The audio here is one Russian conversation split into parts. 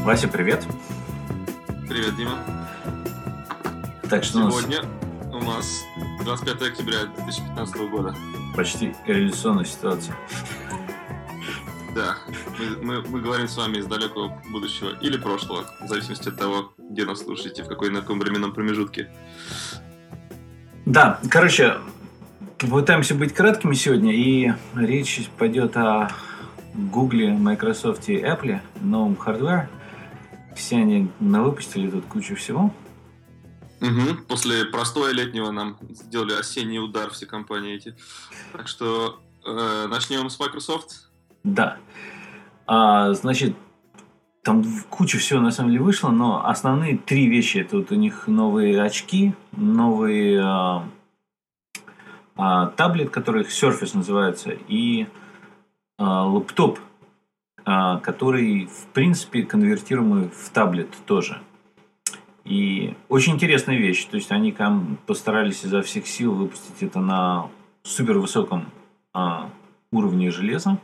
Вася, привет. Привет, Дима. Так что Сегодня у нас 25 октября 2015 года. Почти революционная ситуация. Да, мы говорим с вами из далекого будущего или прошлого, в зависимости от того, где нас слушаете, на каком временном промежутке. Да, короче, попытаемся быть краткими сегодня, и речь пойдет о Google, Microsoft и Apple, новом хардвер. Все они навыпустили тут кучу всего. Угу. После простоя летнего нам сделали осенний удар все компании эти. Так что начнем с Microsoft. Да. Значит, там куча всего на самом деле вышло, но основные три вещи. Это вот у них новые очки, новый таблет, который Surface называется, и лэптоп, который, в принципе, конвертируемый в таблет тоже. И очень интересная вещь. То есть они там постарались изо всех сил выпустить это на супер высоком уровне железа.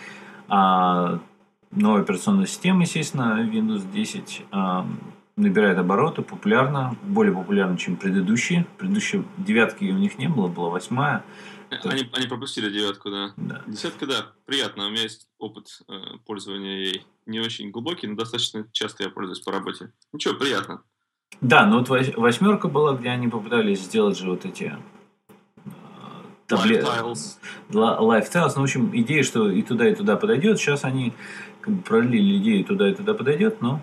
Новая операционная система, естественно, Windows 10 набирает обороты, популярна, более популярна, чем предыдущие. Предыдущие девятки у них не было, была 8. Они пропустили 9, да. Да. 10, да, приятно. У меня есть опыт пользования ей. Не очень глубокий, но достаточно часто я пользуюсь по работе. Ничего, приятно. Да, но вот 8 была, где они попытались сделать же вот эти Lifetiles. Lifetiles. Ну, в общем, идея, что и туда подойдет. Сейчас они как бы пролили идею, и туда подойдет, но...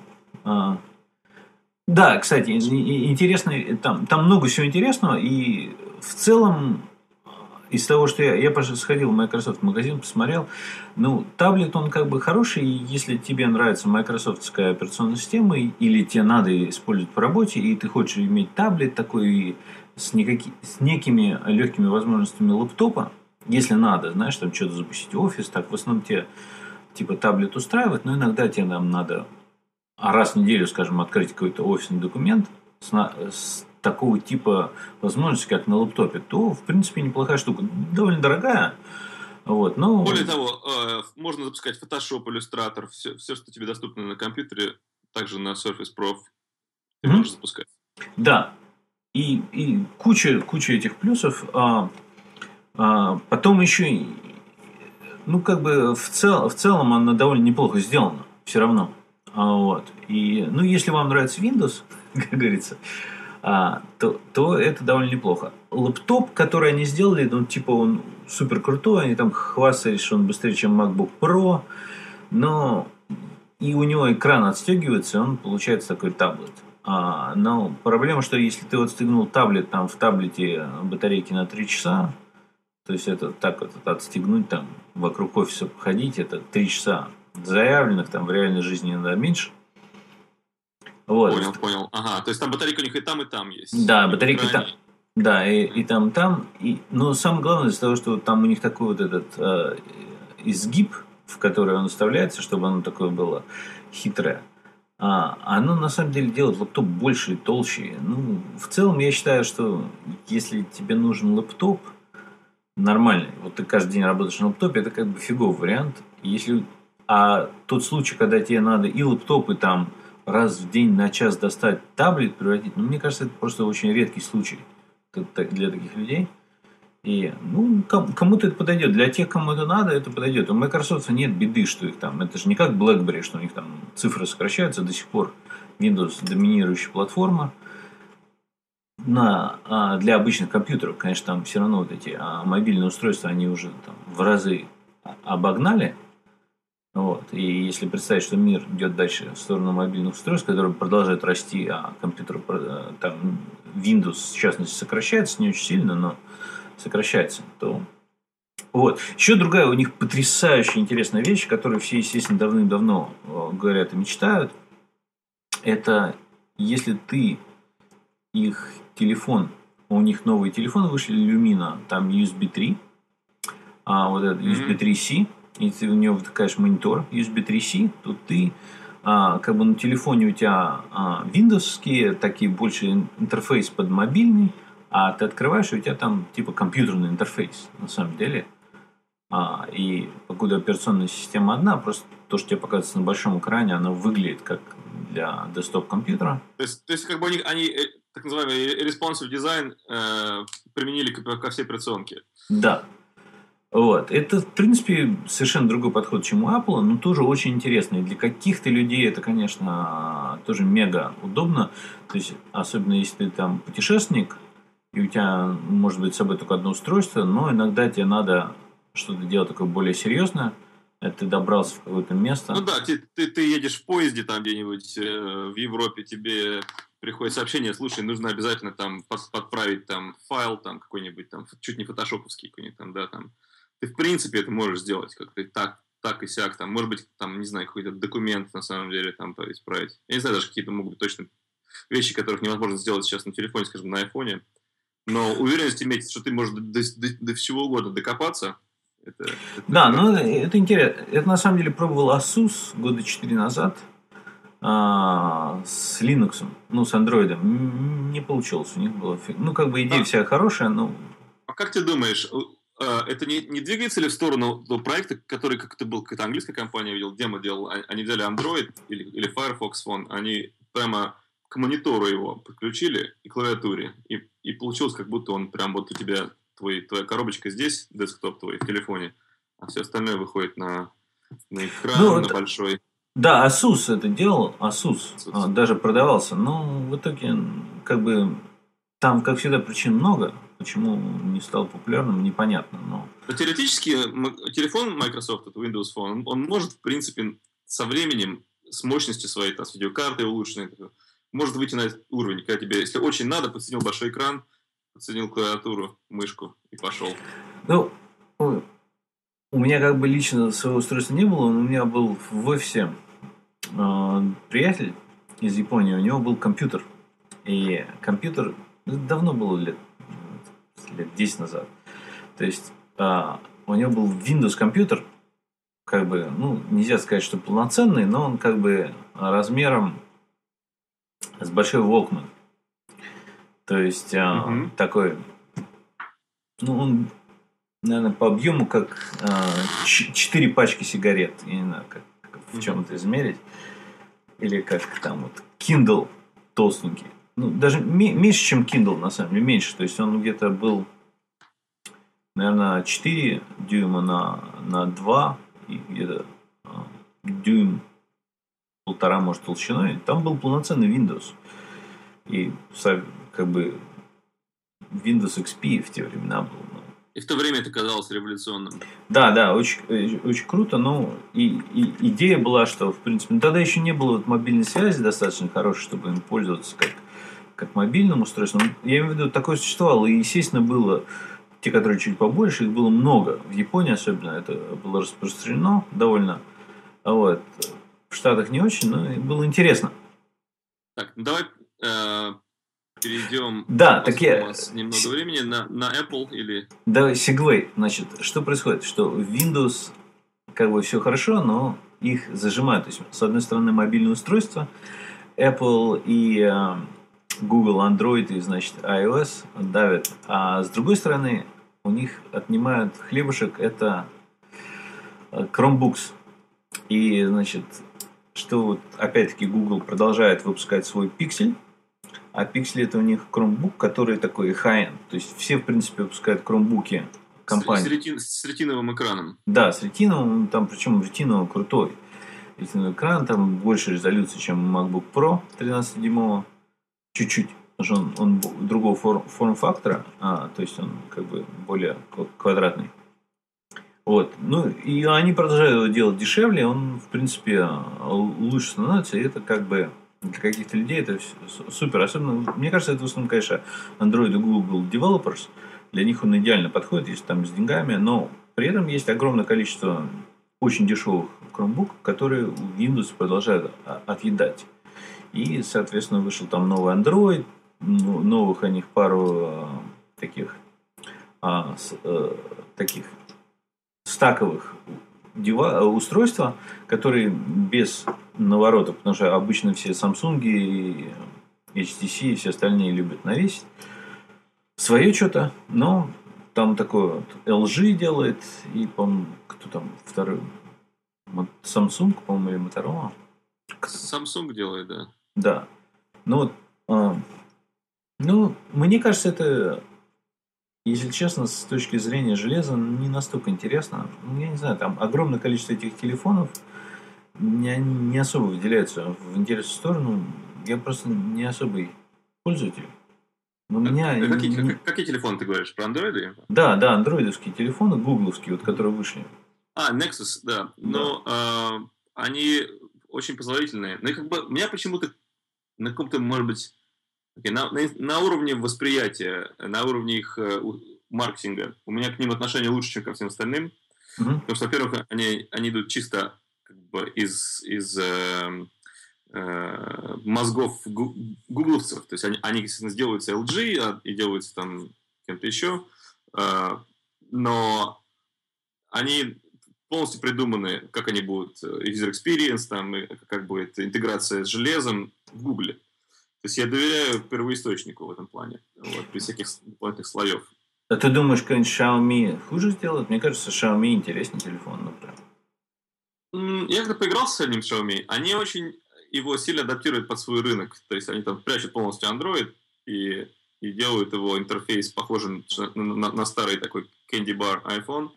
Да, кстати, интересно, там много всего интересного, и в целом из того, что я сходил в Microsoft магазин, посмотрел, ну, таблет, он как бы хороший, и если тебе нравится майкрософтская операционная система, или тебе надо использовать по работе, и ты хочешь иметь таблет такой с некими легкими возможностями лэптопа, если надо, знаешь, там что-то запустить в офис, так в основном тебе типа таблет устраивает, но иногда тебе нам надо раз в неделю, скажем, открыть какой-то офисный документ с такого типа возможности, как на лэптопе, то, в принципе, неплохая штука. Довольно дорогая. Вот, но... Более того, можно запускать Photoshop, Illustrator, все, что тебе доступно на компьютере, также на Surface Pro ты можешь запускать. Да. И куча этих плюсов. Потом еще, ну, как бы в целом она довольно неплохо сделана. Все равно. Вот. И, ну, если вам нравится Windows, как говорится, то это довольно неплохо. Лэптоп, который они сделали, ну, типа он супер крутой, они там хвастались, что он быстрее, чем MacBook Pro, но и у него экран отстегивается, и он получается такой таблет. Но проблема, что если ты отстегнул таблет, там в таблете батарейки на 3 часа, то есть это так вот отстегнуть, там вокруг офиса походить, это 3 часа заявленных, там в реальной жизни иногда меньше. Вот. Понял. Ага, то есть там батарейка у них и там есть. Да, батарейка там. Да, и там. Но самое главное из-за того, что там у них такой вот этот изгиб, в который он вставляется, чтобы оно такое было хитрое. Оно на самом деле делает лэптоп больше и толще. Ну, в целом я считаю, что если тебе нужен лэптоп нормальный, вот ты каждый день работаешь на лэптопе, это как бы фиговый вариант. Тот случай, когда тебе надо и лэптоп, и там раз в день на час достать таблет, превратить, ну, мне кажется, это просто очень редкий случай для таких людей. И, ну, кому-то это подойдет. Для тех, кому это надо, это подойдет. У Microsoft нет беды, что их там... Это же не как BlackBerry, что у них там цифры сокращаются. До сих пор Windows доминирующая платформа. Для обычных компьютеров, конечно, там все равно вот эти мобильные устройства, они уже там в разы обогнали. Вот. И если представить, что мир идет дальше в сторону мобильных устройств, которые продолжают расти, а компьютер, там, Windows, в частности, сокращается не очень сильно, но сокращается, то... Вот. Еще другая у них потрясающая интересная вещь, которую все, естественно, давным-давно говорят и мечтают. Это если ты их телефон, у них новые телефоны вышли, Lumina, там USB 3, вот этот USB 3C, если у него втыкаешь монитор USB 3C, то ты как бы на телефоне у тебя Windows-ские, такие больше интерфейс под мобильный, а ты открываешь, и у тебя там типа компьютерный интерфейс на самом деле. И покуда операционная система одна, просто то, что тебе показывается на большом экране, она выглядит как для десктоп-компьютера. То есть как бы они так называемый responsive design применили ко всей операционке. Да. Вот. Это, в принципе, совершенно другой подход, чем у Apple, но тоже очень интересно. И для каких-то людей это, конечно, тоже мега удобно. То есть, особенно если ты там путешественник, и у тебя может быть с собой только одно устройство, но иногда тебе надо что-то делать такое более серьезное. Это ты добрался в какое-то место. Ну да, ты едешь в поезде там где-нибудь в Европе, тебе приходит сообщение, слушай, нужно обязательно там подправить там файл там какой-нибудь там, чуть не фотошоповский какой-нибудь там, да, там. Ты в принципе это можешь сделать, как-то так и сяк, там, может быть, там, не знаю, какой-то документ на самом деле там исправить. Я не знаю, даже какие-то могут быть точно вещи, которых невозможно сделать сейчас на телефоне, скажем, на айфоне. Но уверенность иметь, что ты можешь до всего угодно докопаться. Да, но это интересно. Это на самом деле пробовал Asus года 4 назад с Linux, ну, с Android. Не получилось. У них было ну, как бы идея вся хорошая, но... А как ты думаешь, это не двигается ли в сторону проекта, который как-то был, какая-то английская компания, видел, демо делал, они взяли Android или Firefox Phone, они прямо к монитору его подключили и клавиатуре, и получилось, как будто он прям вот у тебя, твоя коробочка здесь, десктоп твой в телефоне, а все остальное выходит на экран, на большой. Да, Asus это делал, Asus. Даже продавался, но в итоге, как бы, там, как всегда, причин много. Почему не стал популярным, непонятно. Но теоретически телефон Microsoft, это Windows Phone, он может, в принципе, со временем, с мощностью своей, там, с видеокартой улучшенной, может выйти на этот уровень, когда тебе, если очень надо, подсоединил большой экран, подсоединил клавиатуру, мышку и пошел. Ну, у меня как бы лично своего устройства не было, но у меня был в офисе приятель из Японии, у него был компьютер. И компьютер давно было, лет 10 назад. То есть у него был Windows компьютер, как бы, ну, нельзя сказать, что полноценный, но он как бы размером с большой Walkman. То есть такой, ну, он, наверное, по объему как 4 пачки сигарет. Я не знаю, как в чем это измерить. Или как там вот Kindle толстенький. Ну, даже меньше, чем Kindle, на самом деле, меньше. То есть он где-то был, наверное, 4 дюйма на 2 и где-то дюйм полтора, может, толщиной. Там был полноценный Windows. И как бы Windows XP в те времена был. И в то время это казалось революционным. Да, очень, очень круто. Но и идея была, что, в принципе, тогда еще не было мобильной связи достаточно хорошей, чтобы им пользоваться как мобильным устройством. Я имею в виду, такое существовало. И, естественно, было те, которые чуть побольше, их было много. В Японии особенно это было распространено довольно. Вот. В Штатах не очень, но было интересно. Так, давай перейдем. Да, у нас немного времени на Apple или... Да, Segway. Значит, что происходит? Что Windows, как бы все хорошо, но их зажимают. То есть, с одной стороны, мобильное устройство, Apple и Google, Android и, значит, iOS давят. А с другой стороны, у них отнимают хлебушек, это Chromebooks. И, значит, что вот, опять-таки, Google продолжает выпускать свой Pixel. А Pixel это у них Chromebook, который такой high-end. То есть все, в принципе, выпускают Chromebook'и компании. С ретиновым экраном. Да, с ретиновым, там причем ретиновый крутой. Ретиновый экран, там больше резолюции, чем MacBook Pro 13-дюймового. Чуть-чуть. Потому что он другого форм-фактора, то есть он как бы более квадратный. Вот. Ну, и они продолжают его делать дешевле, он, в принципе, лучше становится, и это как бы для каких-то людей это супер. Особенно, мне кажется, это в основном, конечно, Android и Google Developers. Для них он идеально подходит, если там с деньгами, но при этом есть огромное количество очень дешевых Chromebook, которые Windows продолжают отъедать. И, соответственно, вышел там новый Android, новых о них пару таких стаковых устройства, которые без наворотов, потому что обычно все Samsung, и HTC и все остальные любят навесить свое что-то, но там такое вот LG делает, и, по-моему, кто там второй? Samsung, по-моему, или Motorola. Samsung делает, да. Да. Ну, вот, мне кажется, это, если честно, с точки зрения железа, не настолько интересно. Я не знаю, там огромное количество этих телефонов не особо выделяются в интересную сторону. Я просто не особый пользователь. Но у меня... Какие телефоны ты говоришь? Про Android? Да, андроидовские телефоны, гугловские, вот, которые вышли. Nexus, да. Но они очень позволительные. Но у меня почему-то на каком-то, может быть, на уровне восприятия, на уровне их маркетинга, у меня к ним отношение лучше, чем ко всем остальным. Потому что, во-первых, они идут чисто из мозгов гугловцев. То есть они, естественно, сделаются LG и делаются там кем-то еще. Но они полностью придуманы, как они будут, user experience, там, как будет интеграция с железом в Гугле. То есть я доверяю первоисточнику в этом плане, без всяких дополнительных слоев. А ты думаешь, какой-нибудь Xiaomi хуже сделает? Мне кажется, Xiaomi интереснее телефон, например. Я когда поигрался с одним Xiaomi, они очень его сильно адаптируют под свой рынок. То есть они там прячут полностью Android и делают его интерфейс похожим на старый такой Candy Bar iPhone.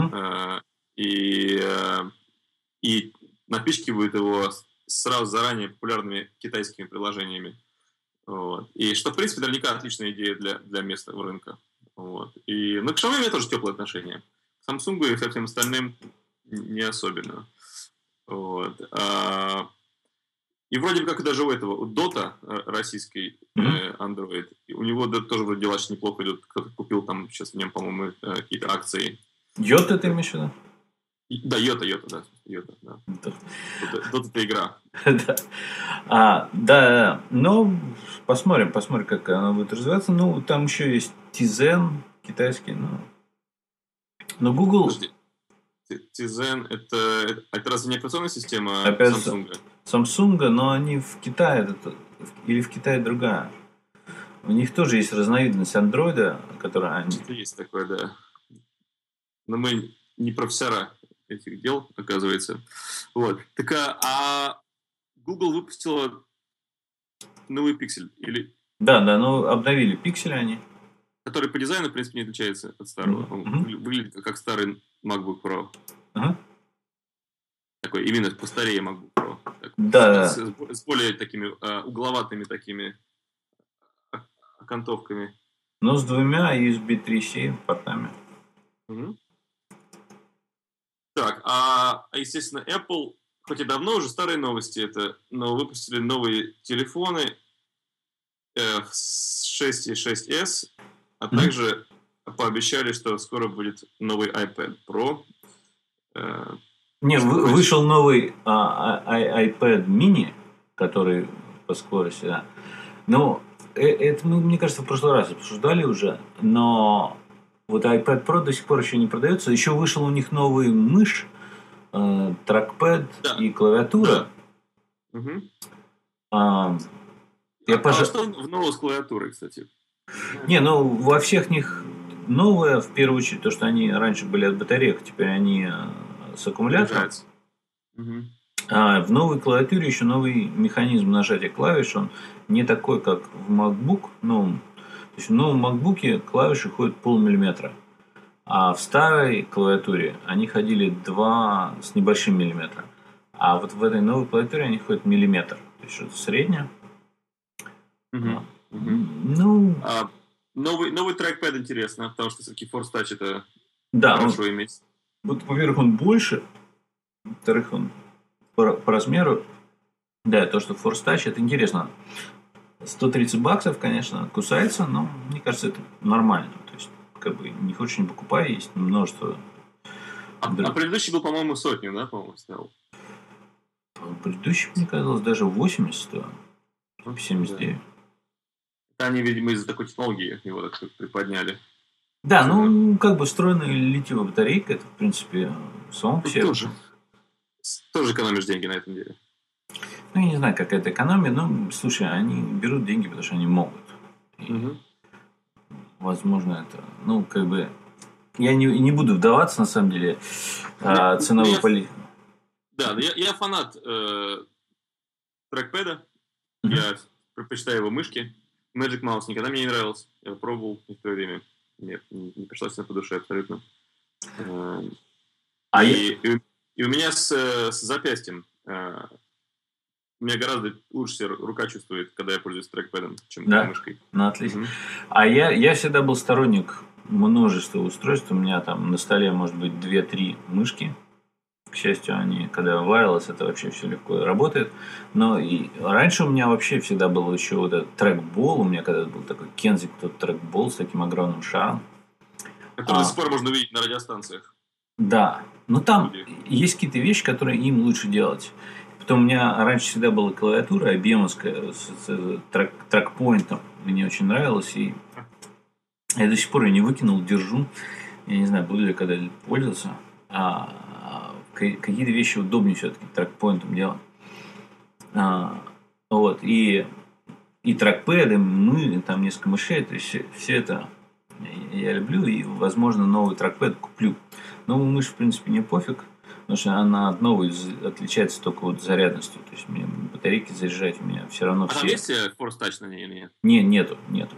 И напичкивают его сразу заранее популярными китайскими приложениями. И что, в принципе, наверняка отличная идея для местного рынка. Но к Xiaomi у меня тоже теплое отношение. К Samsung и ко всем остальным не особенно. И вроде бы как даже у Dota российской Android, у него тоже вроде дела очень неплохо идут. Кто-то купил там сейчас в нем, по-моему, какие-то акции. Йота ты имеешь в виду? Да, Йота, да. Dota это игра. Да, но посмотрим, как она будет развиваться. Там еще есть Tizen китайский, но Google... Подожди. Tizen это разве не операционная система Samsung? Samsung, но они в Китае, или в Китае другая. У них тоже есть разновидность андроида, которая они... Что-то есть такое, да. Но мы не профессора этих дел, оказывается. Так, Google выпустила новый пиксель? Или... Да, обновили пиксели они. Который по дизайну, в принципе, не отличается от старого. Он выглядит как старый MacBook Pro. Такой именно постарее MacBook Pro. Да. С более такими угловатыми такими окантовками. Но с двумя USB 3.7 портами. Так, естественно, Apple, хоть и давно уже старые новости но выпустили новые телефоны 6 и 6s, а также пообещали, что скоро будет новый iPad Pro. Вышел новый iPad mini, который по скорости, да. Это мы, мне кажется, в прошлый раз обсуждали уже, но вот iPad Pro до сих пор еще не продается. Еще вышел у них новый мышь, трекпэд и клавиатура. Да. Что в новой с клавиатурой, кстати? Во всех них новое, в первую очередь, то, что они раньше были от батареек, теперь они с аккумулятором. В новой клавиатуре еще новый механизм нажатия клавиш, он не такой, как в MacBook. То есть в новом MacBook клавиши ходят полмиллиметра, а в старой клавиатуре они ходили 2 с небольшим миллиметра. А вот в этой новой клавиатуре они ходят миллиметр. То есть что-то среднее. Новый трекпэд интересно, потому что все-таки Force Touch это хорошо иметь. Во-первых, он больше, во-вторых, он по размеру. Да, то, что Force Touch, это интересно. $130, конечно, кусается, но мне кажется, это нормально. То есть, не хочешь, не покупай, есть множество. Предыдущий был, по-моему, 100, да, по-моему, стоил? Предыдущий, мне казалось, даже 80 стоил. 79. Да. Они, видимо, из-за такой технологии его так приподняли. Да, встроенная литиевая батарейка, это, в принципе, само по себе. Тоже экономишь деньги на этом деле. Я не знаю, какая это экономия, но, слушай, они берут деньги, потому что они могут. И, возможно, это, я не буду вдаваться, на самом деле, ценовую политику. Да, я фанат трекпэда. Я предпочитаю его мышки. Magic Mouse никогда мне не нравился. Я пробовал в то время. Нет, не пришлось мне по душе абсолютно. И у меня с запястьем у меня гораздо лучше рука чувствует, когда я пользуюсь трекпэдом, чем мышкой. Ну, отлично. А я всегда был сторонник множества устройств. У меня там на столе может быть 2-3 мышки. К счастью, они, когда wireless, это вообще все легко работает. Но и раньше у меня вообще всегда был еще вот этот трекбол. У меня когда-то был такой Kensington трекбол с таким огромным шаром. Это до сих пор можно увидеть на радиостанциях. Да. Но там есть какие-то вещи, которые им лучше делать. Потом у меня раньше всегда была клавиатура IBM-овская с трекпоинтом. Мне очень нравилось. И я до сих пор ее не выкинул, держу. Я не знаю, буду ли когда-либо пользоваться. Какие-то вещи удобнее все-таки трекпоинтом делать. Вот. И трекпэды, там несколько мышей. То есть все это я люблю. И, возможно, новый трекпэд куплю. Новую мышь, в принципе, не пофиг. Потому что она от новой отличается только вот зарядностью. То есть мне батарейки заряжать у меня все равно все. Там есть Force Touch на ней или нет? Нету.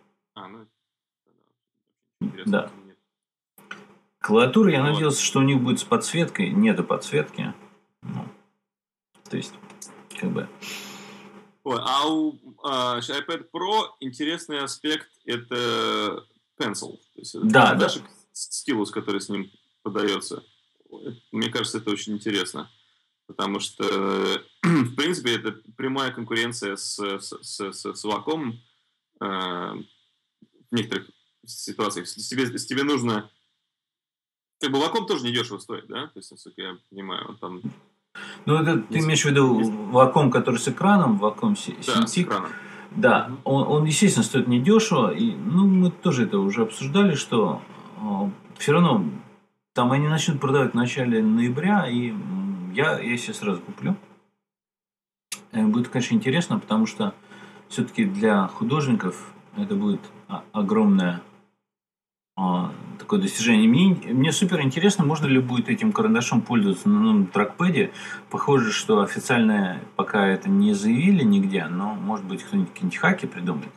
Интересно. Да. Клавиатура, я надеялся, что у них будет с подсветкой. Нету подсветки. То есть, как бы... Ой, а у iPad Pro интересный аспект – это Pencil. То есть, да. Стилус, который с ним подается. Мне кажется, это очень интересно. Потому что, в принципе, это прямая конкуренция с Wacom в некоторых ситуациях. Если тебе нужно... Как бы Wacom тоже недешево стоит, да? То есть, насколько я понимаю, он там... Ну, это ты имеешь в виду Wacom, который с экраном, Wacom Cintiq? Да, с экраном. Да, он, естественно, стоит недешево. И, мы тоже это уже обсуждали, что все равно там они начнут продавать в начале ноября, и я себе сразу куплю. Будет, конечно, интересно, потому что все-таки для художников это будет огромное такое достижение. Мне супер интересно, можно ли будет этим карандашом пользоваться на новом трекпэде. Похоже, что официально пока это не заявили нигде, но, может быть, кто-нибудь какие-нибудь хаки придумает.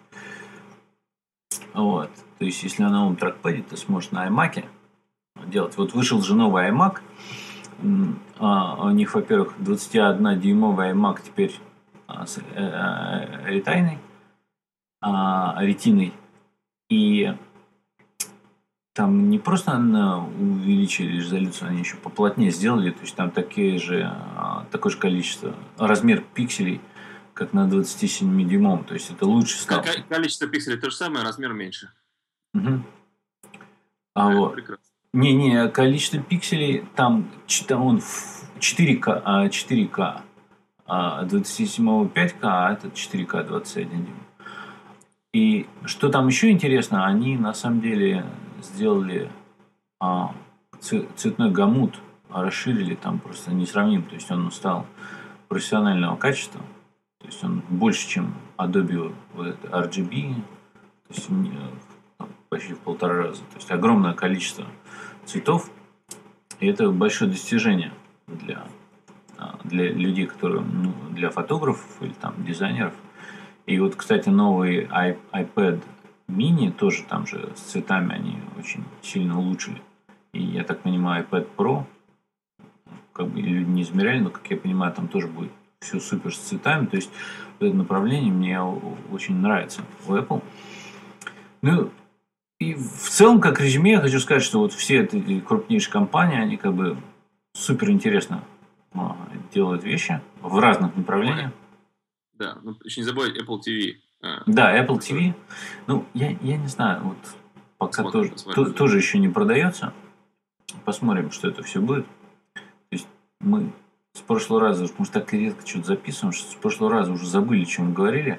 Вот. То есть, если на новом трекпэде ты сможешь на iMac делать. Вот вышел же новый iMac. У них, во-первых, 21-дюймовый iMac теперь с ретиной. И там не просто увеличили резолюцию, они еще поплотнее сделали. То есть там такое же количество, размер пикселей, как на 27-дюймовом. То есть это лучше стало. Количество пикселей то же самое, размер меньше. Угу. Вот. Прекрасно. Не, количество пикселей там он в 4К, 4К. 27-го 5К, а этот 4К 21 дюйм. И что там еще интересно, они на самом деле сделали цветной гамут, расширили там просто несравним. То есть он стал профессионального качества. То есть он больше, чем Adobe RGB. То есть почти в 1,5 раза. То есть огромное количество цветов. И это большое достижение для людей, которые, для фотографов или там дизайнеров. И вот, кстати, новый iPad mini тоже там же с цветами они очень сильно улучшили. И я так понимаю, iPad Pro, как бы люди не измеряли, но, как я понимаю, там тоже будет все супер с цветами. То есть это направление мне очень нравится у Apple. Ну, и в целом, как резюме, я хочу сказать, что вот все эти крупнейшие компании, они как бы супер интересно делают вещи в разных направлениях. Да, еще не забывай Apple TV. Да, Apple TV. Ну, я не знаю, вот пока тоже еще не продается. Посмотрим, что это все будет. То есть мы с прошлого раза, мы так редко что-то записываем, что с прошлого раза уже забыли, о чем мы говорили.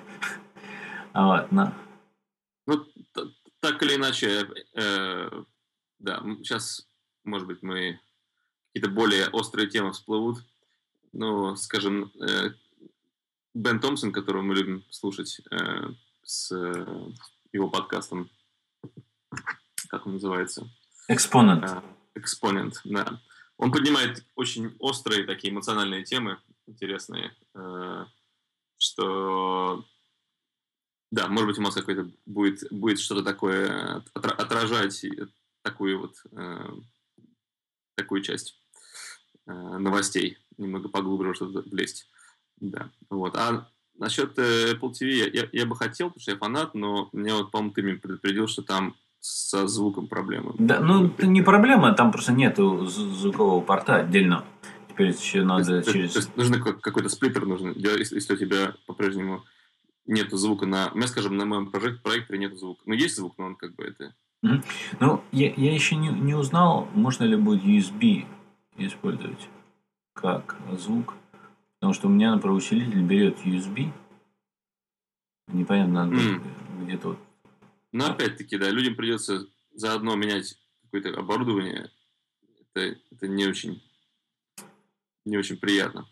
Ну, так или иначе, да, сейчас, может быть, мы какие-то более острые темы всплывут. Ну, скажем, Бен Томпсон, которого мы любим слушать, с его подкастом, как он называется? Exponent, да. Он поднимает очень острые такие эмоциональные темы, интересные. что да, может быть, у нас какой-то будет что-то такое отражать такую вот такую часть новостей, немного поглубже что-то влезть. Да, вот. А насчет Apple TV я бы хотел, потому что я фанат, но мне вот, по-моему, ты меня предупредил, что там со звуком проблемы. Да, ну, это не проблема, там просто нету звукового порта отдельно. Теперь еще надо через... То есть нужен какой-то сплиттер нужен, если у тебя по-прежнему нету звука на... У меня, скажем, на моем проекторе нету звука. Ну, есть звук, но он как бы это... Ну, я еще не узнал, можно ли будет USB использовать как звук. Потому что у меня, например, усилитель берет USB. Непонятно, надо где-то вот... Но опять-таки, да, людям придется заодно менять какое-то оборудование. Это не очень приятно.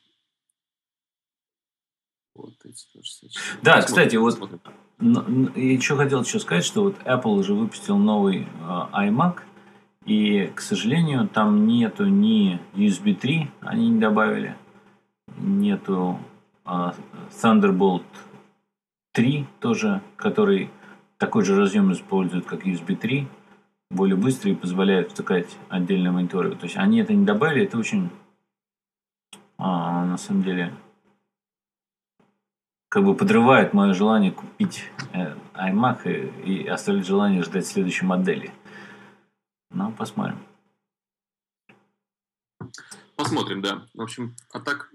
Вот, да, кстати, вот я еще хотел сказать, что вот Apple уже выпустил новый iMac, и, к сожалению, там нету ни USB 3, они не добавили, нету Thunderbolt 3 тоже, который такой же разъем использует, как USB 3, более быстрый и позволяет втыкать отдельные мониторы. То есть они это не добавили, это очень, на самом деле, как бы подрывает мое желание купить iMac и оставить желание ждать следующей модели. Ну, посмотрим. Посмотрим, да. В общем, а так,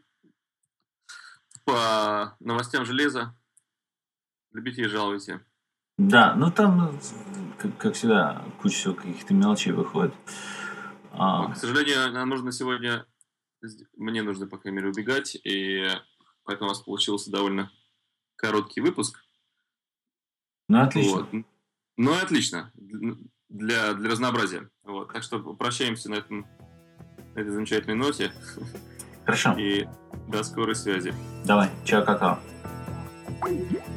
по новостям железа, любите и жалуйте. Да, ну там, как всегда, куча всего каких-то мелочей выходит. К сожалению, нам нужно сегодня, мне нужно, по крайней мере, убегать, и поэтому у нас получился довольно короткий выпуск. Ну, отлично. Вот. Ну, отлично. Для разнообразия. Вот. Так что прощаемся на этой замечательной ноте. Хорошо. И до скорой связи. Давай, чао, какао.